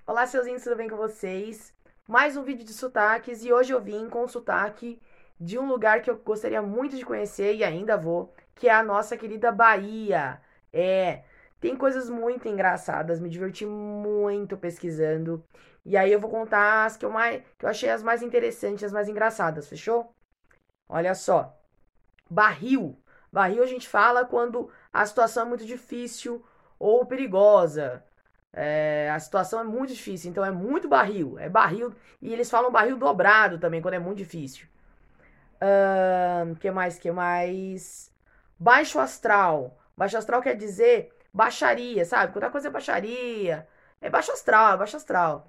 Olá, seuzinhos, tudo bem com vocês? Mais um vídeo de sotaques e hoje eu vim com o sotaque de um lugar que eu gostaria muito de conhecer e ainda vou, que é a nossa querida Bahia. Tem coisas muito engraçadas, me diverti muito pesquisando. E aí eu vou contar as que eu achei as mais interessantes, as mais engraçadas, fechou? Olha só, barril. Barril a gente fala quando a situação é muito difícil ou perigosa. A situação é muito difícil, então é muito barril. É barril. E eles falam barril dobrado também, quando é muito difícil. Que mais? Que mais? Baixo astral. Baixo astral quer dizer baixaria, sabe? Quando a coisa é baixaria. É baixo astral, é baixo astral.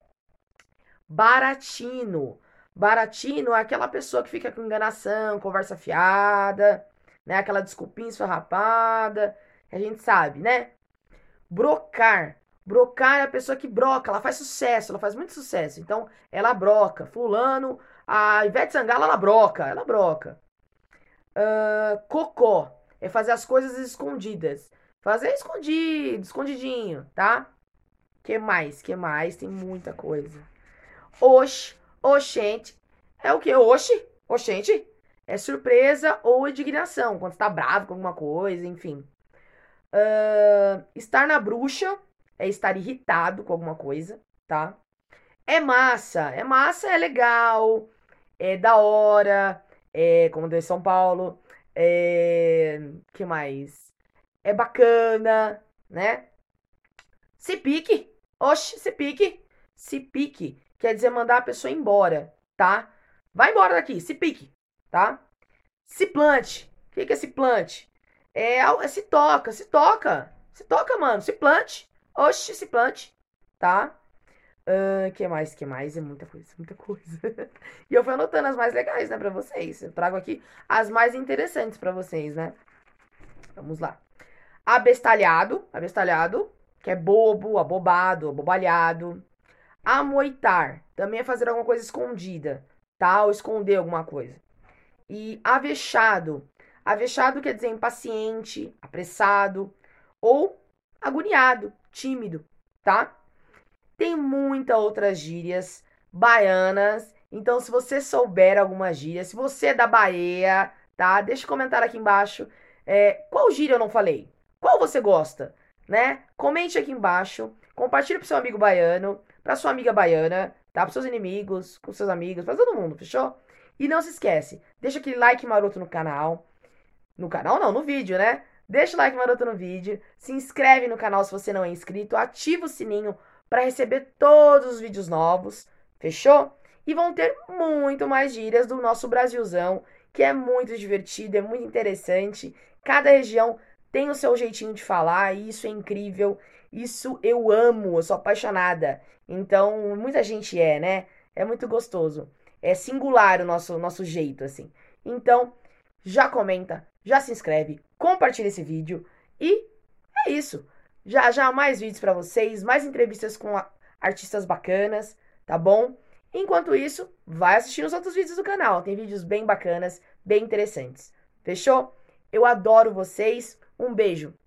Baratino. Baratino é aquela pessoa que fica com enganação, conversa fiada, né? Aquela desculpinha esfarrapada, que a gente sabe, né? Brocar. Brocar é a pessoa que broca, ela faz sucesso, ela faz muito sucesso. Então, ela broca. Fulano, a Ivete Sangalo, ela broca, ela broca. Cocó é fazer as coisas escondidas. Fazer escondido, escondidinho, tá? Que mais? Que mais? Tem muita coisa. Oxe, oxente. É o que? Oxe, oxente. É surpresa ou indignação, quando você tá bravo com alguma coisa, enfim. Estar na bruxa é estar irritado com alguma coisa, tá? É massa, é legal, é da hora, como deu em São Paulo, que mais? É bacana, né? Se pique, oxe, se pique, se pique, quer dizer mandar a pessoa embora, tá? Vai embora daqui, se pique, tá? Se plante, o que é se plante? Se toca, se toca. Se toca, mano. Se plante. Oxe, se plante. Tá? Que mais? Que mais? É muita coisa, muita coisa. E eu fui anotando as mais legais, né, pra vocês. Eu trago aqui as mais interessantes pra vocês, né? Vamos lá. Abestalhado. Abestalhado. Que é bobo, abobado, abobalhado. Amoitar. Também é fazer alguma coisa escondida. Tá? Ou esconder alguma coisa. E avexado. Avexado quer dizer impaciente, apressado ou agoniado, tímido, tá? Tem muitas outras gírias baianas. Então, se você souber alguma gíria, se você é da Bahia, tá? Deixa um comentário aqui embaixo. Qual gíria eu não falei? Qual você gosta? Né? Comente aqui embaixo. Compartilhe pro seu amigo baiano, pra sua amiga baiana, tá? Pros seus inimigos, com seus amigos, pra todo mundo, fechou? E não se esquece, deixa aquele like maroto no canal. No canal não, no vídeo, né? Deixa o like maroto no vídeo, se inscreve no canal se você não é inscrito, ativa o sininho para receber todos os vídeos novos, fechou? E vão ter muito mais gírias do nosso Brasilzão, que é muito divertido, é muito interessante. Cada região tem o seu jeitinho de falar e isso é incrível. Isso eu amo, eu sou apaixonada. Então, muita gente né? É muito gostoso. É singular o nosso jeito, assim. Então, já comenta, já se inscreve, compartilha esse vídeo e é isso. Já já mais vídeos para vocês, mais entrevistas com artistas bacanas, tá bom? Enquanto isso, vai assistir os outros vídeos do canal, tem vídeos bem bacanas, bem interessantes. Fechou? Eu adoro vocês. Um beijo.